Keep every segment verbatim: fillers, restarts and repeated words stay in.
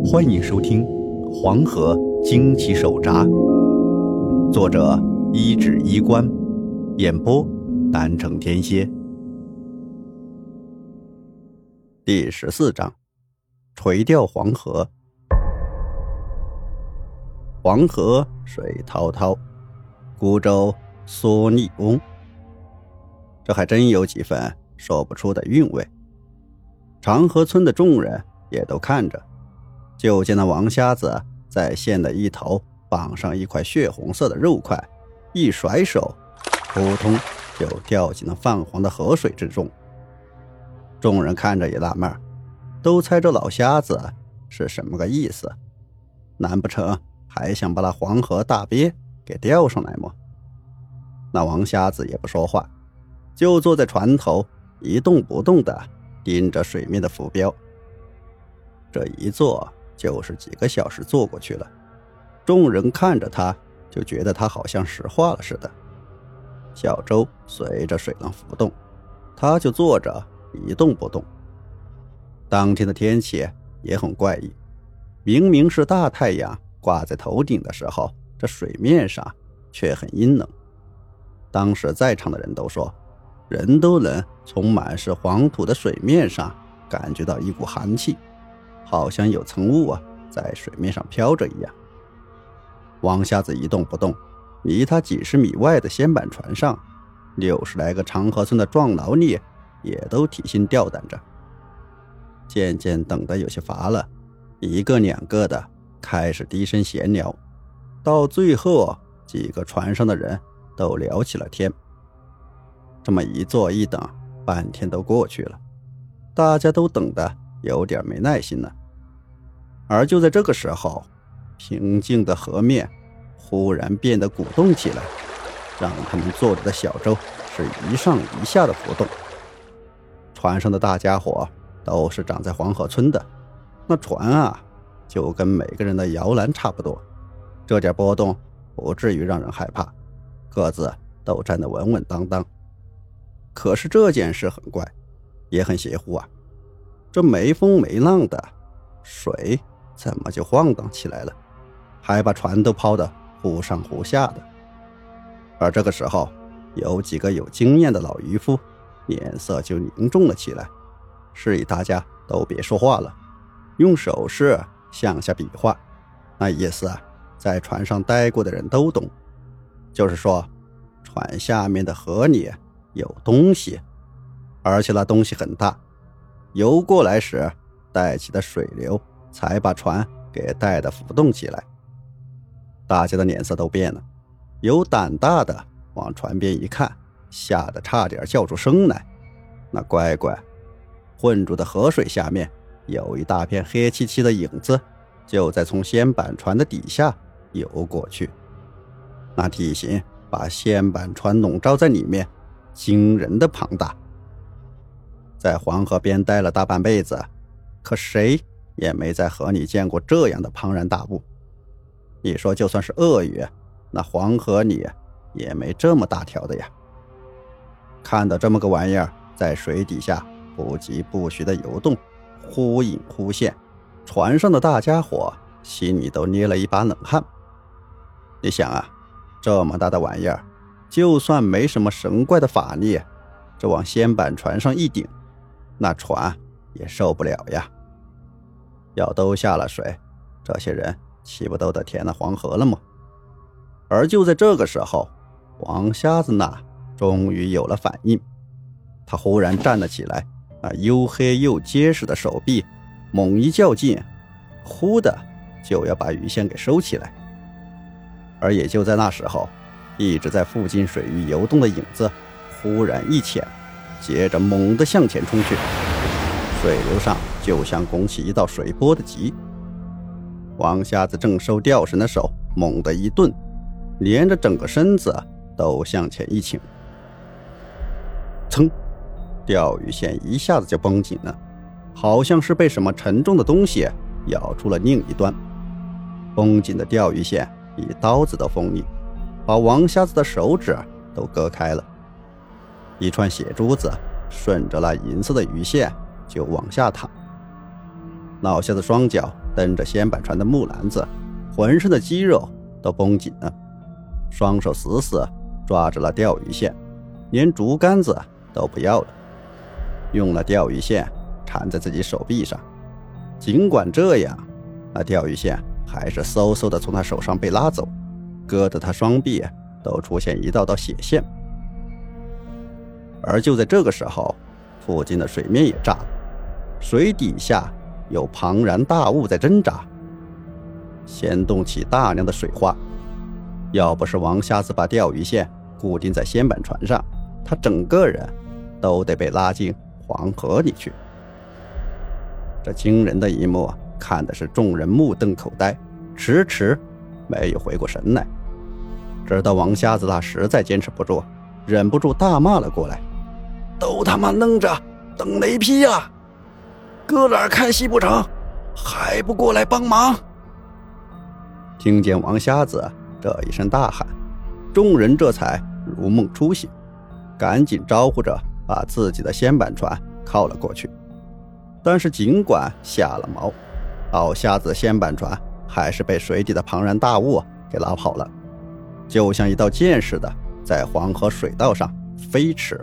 欢迎收听《黄河惊奇手札》，作者一指衣冠，演播南城天蝎。第十四章，垂钓黄河。黄河水滔滔，孤舟蓑笠翁。这还真有几分说不出的韵味。长河村的众人也都看着，就见那王瞎子在线的一头绑上一块血红色的肉块，一甩手，扑通就掉进了泛黄的河水之中。众人看着也纳闷，都猜这老瞎子是什么个意思？难不成还想把那黄河大鳖给钓上来吗？那王瞎子也不说话，就坐在船头一动不动地盯着水面的浮标。这一坐就是几个小时坐过去了，众人看着他就觉得他好像石化了似的。小舟随着水浪浮动，他就坐着一动不动。当天的天气也很怪异，明明是大太阳挂在头顶的时候，这水面上却很阴冷。当时在场的人都说，人都能从满是黄土的水面上感觉到一股寒气，好像有层雾啊在水面上飘着一样。王瞎子一动不动，离他几十米外的舷板船上，六十来个长河村的壮劳力也都提心吊胆着。渐渐等得有些乏了，一个两个的开始低声闲聊，到最后几个船上的人都聊起了天。这么一坐一等，半天都过去了，大家都等得有点没耐心了。而就在这个时候，平静的河面忽然变得鼓动起来，让他们坐着的小舟是一上一下的浮动。船上的大家伙都是长在黄河村的，那船啊就跟每个人的摇篮差不多，这点波动不至于让人害怕，各自都站得稳稳当当。可是这件事很怪，也很邪乎啊，这没风没浪的，水怎么就晃荡起来了，还把船都抛得忽上忽下的。而这个时候，有几个有经验的老渔夫脸色就凝重了起来，示意大家都别说话了，用手势向下比划。那意思啊，在船上待过的人都懂，就是说船下面的河里有东西，而且那东西很大，游过来时带起的水流才把船给带得浮动起来。大家的脸色都变了，有胆大的往船边一看，吓得差点叫出声来。那乖乖，混住的河水下面有一大片黑漆漆的影子，就在从舷板船的底下游过去。那体型把舷板船笼罩在里面，惊人的庞大。在黄河边待了大半辈子，可谁也没在河里见过这样的庞然大物。你说就算是鳄鱼，那黄河里也没这么大条的呀。看到这么个玩意儿在水底下不疾不徐地游动，忽隐忽现，船上的大家伙心里都捏了一把冷汗。你想啊，这么大的玩意儿，就算没什么神怪的法力，这往舷板船上一顶，那船也受不了呀。要都下了水，这些人岂不都得填了黄河了吗？而就在这个时候，王瞎子那终于有了反应，他忽然站了起来，那黝黑又结实的手臂猛一较劲，忽的就要把鱼线给收起来。而也就在那时候，一直在附近水域游动的影子忽然一潜，接着猛地向前冲去，水流上就像拱起一道水波的急。王瞎子正收钓绳的手猛地一顿，连着整个身子都向前一倾，噌，钓鱼线一下子就绷紧了，好像是被什么沉重的东西咬出了另一端。绷紧的钓鱼线比刀子都锋利，把王瞎子的手指都割开了。一串血珠子顺着那银色的鱼线就往下淌。老瞎子双脚蹬着掀板船的木篮子，浑身的肌肉都绷紧了，双手死死抓着了钓鱼线，连竹竿子都不要了，用了钓鱼线缠在自己手臂上。尽管这样，那钓鱼线还是嗖嗖的从他手上被拉走，割得他双臂都出现一道道血线。而就在这个时候，附近的水面也炸了，水底下有庞然大物在挣扎，掀动起大量的水花。要不是王瞎子把钓鱼线固定在掀板船上，他整个人都得被拉进黄河里去。这惊人的一幕看的是众人目瞪口呆，迟迟没有回过神来。直到王瞎子他实在坚持不住，忍不住大骂了过来：都他妈愣着等雷劈呀！搁哪儿看戏不成，还不过来帮忙！听见王瞎子这一声大喊，众人这才如梦初醒，赶紧招呼着把自己的掀板船靠了过去。但是尽管下了锚，老瞎子掀板船还是被水底的庞然大物给拉跑了，就像一道箭似的在黄河水道上飞驰。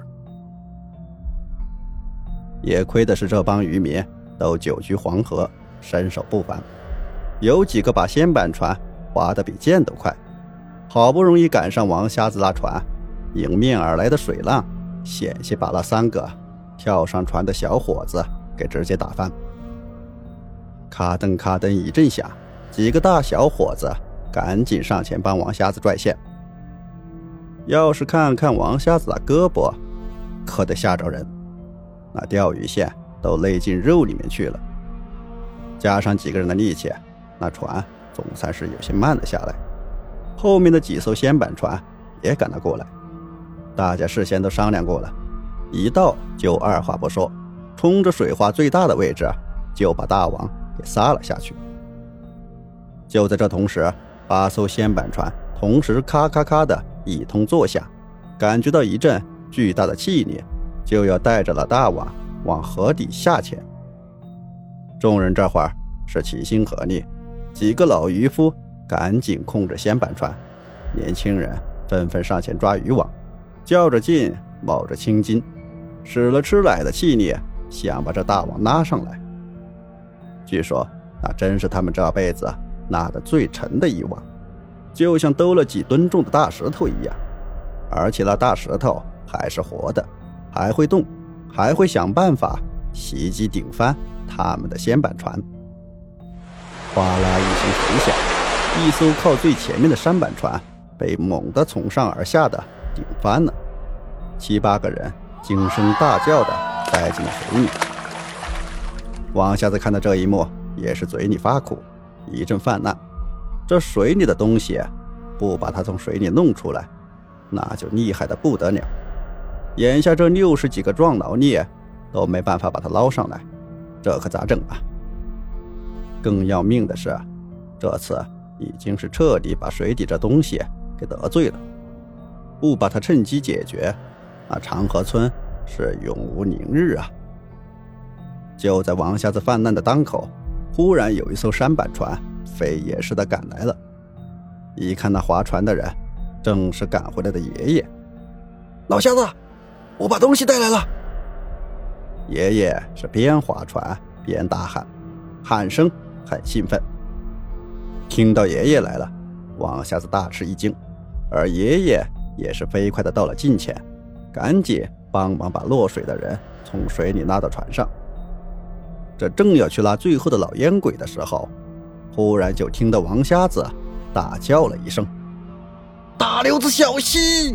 也亏的是这帮渔民都久居黄河，身手不凡，有几个把掀板船划得比箭都快，好不容易赶上王瞎子拉船，迎面而来的水浪险些把那三个跳上船的小伙子给直接打翻。咔噔咔噔一阵响，几个大小伙子赶紧上前帮王瞎子拽线。要是看看王瞎子的胳膊，可得吓着人，那钓鱼线都勒进肉里面去了。加上几个人的力气，那船总算是有些慢了下来。后面的几艘掀板船也赶了过来，大家事先都商量过了，一到就二话不说，冲着水花最大的位置就把大王给撒了下去。就在这同时，八艘掀板船同时咔咔咔的一通作响，感觉到一阵巨大的气力就要带着了大王往河底下潜。众人这会儿是齐心合力，几个老渔夫赶紧控制掀板船，年轻人纷纷上前抓渔网，较着劲冒着青筋，使了吃奶的气力想把这大网拉上来。据说那真是他们这辈子拉得最沉的一网，就像兜了几吨重的大石头一样，而且那大石头还是活的，还会动，还会想办法袭击顶翻他们的掀板船。哗啦一声锤响，一艘靠最前面的舢板船被猛地从上而下的顶翻了，七八个人惊声大叫的栽进了水里。王瞎子看到这一幕也是嘴里发苦，一阵泛滥。这水里的东西不把他从水里弄出来，那就厉害的不得了。眼下这六十几个壮劳力都没办法把他捞上来，这可咋整啊？更要命的是，这次已经是彻底把水底这东西给得罪了，不把他趁机解决，那长河村是永无宁日啊！就在王瞎子泛滥的当口，忽然有一艘舢板船飞也似的赶来了。一看那划船的人正是赶回来的爷爷。老瞎子，我把东西带来了。爷爷是边划船边大喊，喊声很兴奋。听到爷爷来了，王瞎子大吃一惊，而爷爷也是飞快的到了近前，赶紧帮忙把落水的人从水里拉到船上。这正要去拉最后的老烟鬼的时候，忽然就听到王瞎子大叫了一声：大溜子小心！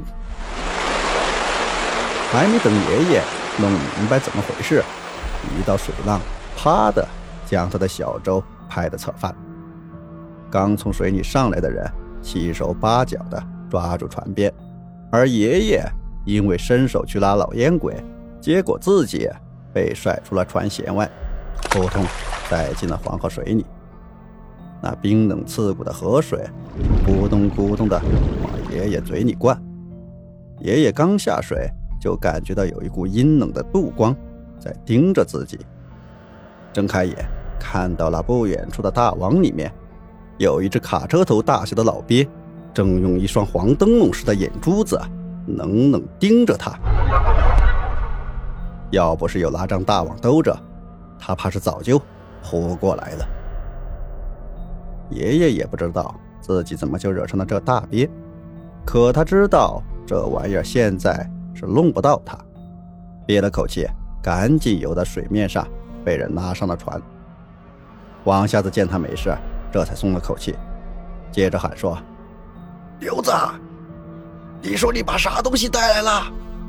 还没等爷爷弄明白怎么回事，一道水浪啪的将他的小舟拍得侧翻。刚从水里上来的人七手八脚的抓住船边，而爷爷因为伸手去拉老烟鬼，结果自己被甩出了船舷外，扑通带进了黄河水里。那冰冷刺骨的河水咕咚咕咚的往爷爷嘴里灌，爷爷刚下水就感觉到有一股阴冷的目光在盯着自己，睁开眼看到了不远处的大网里面有一只卡车头大小的老鳖，正用一双黄灯笼似的眼珠子冷冷盯着他。要不是有那张大网兜着，他怕是早就扑过来了。爷爷也不知道自己怎么就惹成了这大鳖，可他知道这玩意儿现在是弄不到他，憋了口气，赶紧游到水面上，被人拉上了船。王瞎子见他没事，这才松了口气，接着喊说： 刘子，你说你把啥东西带来了？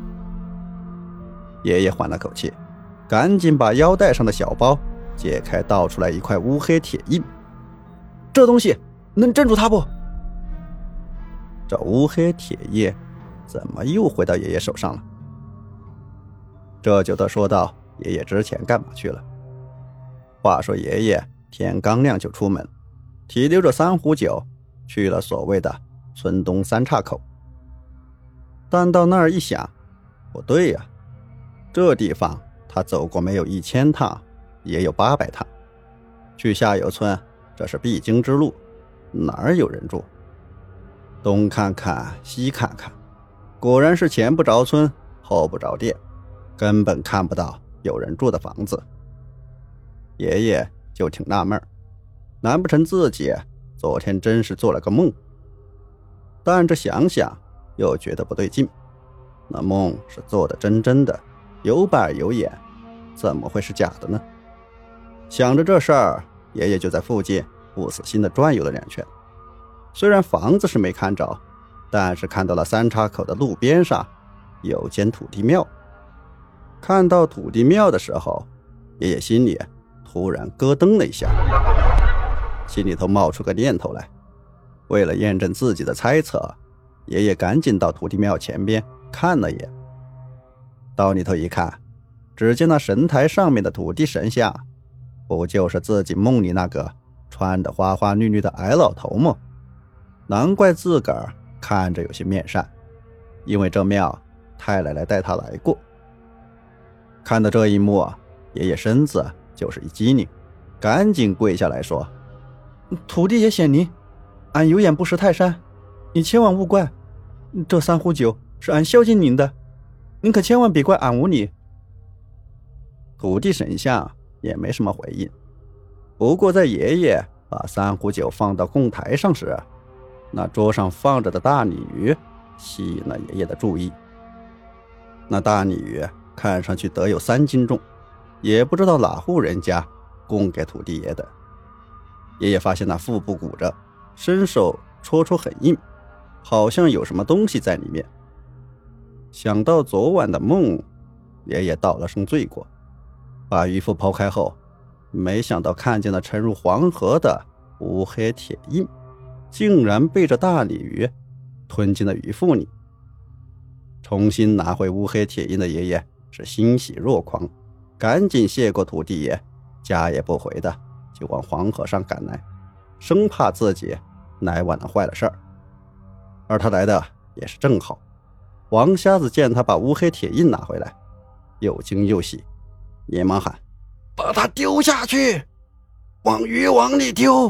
爷爷缓了口气，赶紧把腰带上的小包解开，倒出来一块乌黑铁印。 这东西能镇住他不？ 这乌黑铁印怎么又回到爷爷手上了？这就得说到爷爷之前干嘛去了。话说爷爷天刚亮就出门，提溜着三壶酒去了所谓的村东三岔口。但到那儿一想，不对呀，这地方他走过没有一千趟，也有八百趟。去下游村这是必经之路，哪儿有人住？东看看西看看，果然是前不着村后不着店，根本看不到有人住的房子。爷爷就挺纳闷，难不成自己昨天真是做了个梦？但这想想又觉得不对劲，那梦是做的真真的，有板有眼，怎么会是假的呢？想着这事儿，爷爷就在附近不死心的转悠了两圈。虽然房子是没看着，但是看到了三岔口的路边上有间土地庙。看到土地庙的时候，爷爷心里突然咯噔了一下，心里头冒出个念头来。为了验证自己的猜测，爷爷赶紧到土地庙前边看了一眼。到里头一看，只见那神台上面的土地神像，不就是自己梦里那个穿得花花绿绿的矮老头吗？难怪自个儿看着有些面善，因为这庙太奶奶带他来过。看到这一幕，爷爷身子就是一激灵，赶紧跪下来说： 土地爷显灵，俺有眼不识泰山，你千万勿怪，这三壶酒是俺孝敬您的，您可千万别怪俺无礼。 土地神像也没什么回应，不过在爷爷把三壶酒放到供台上时，那桌上放着的大鲤鱼吸引了爷爷的注意。那大鲤鱼看上去得有三斤重，也不知道哪户人家供给土地爷的。爷爷发现那腹部鼓着，伸手戳戳很硬，好像有什么东西在里面。想到昨晚的梦，爷爷道了声罪过，把鱼腹剖开后，没想到看见了沉入黄河的乌黑铁印，竟然被这大鲤鱼吞进了鱼腹里。重新拿回乌黑铁印的爷爷是欣喜若狂，赶紧谢过土地爷，家也不回的就往黄河上赶来，生怕自己来晚了坏了事儿。而他来的也是正好，王瞎子见他把乌黑铁印拿回来，又惊又喜，连忙喊： 把它丢下去，往渔网里丢。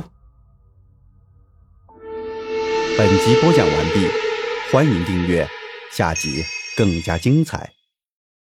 本集播讲完毕，欢迎订阅，下集更加精彩。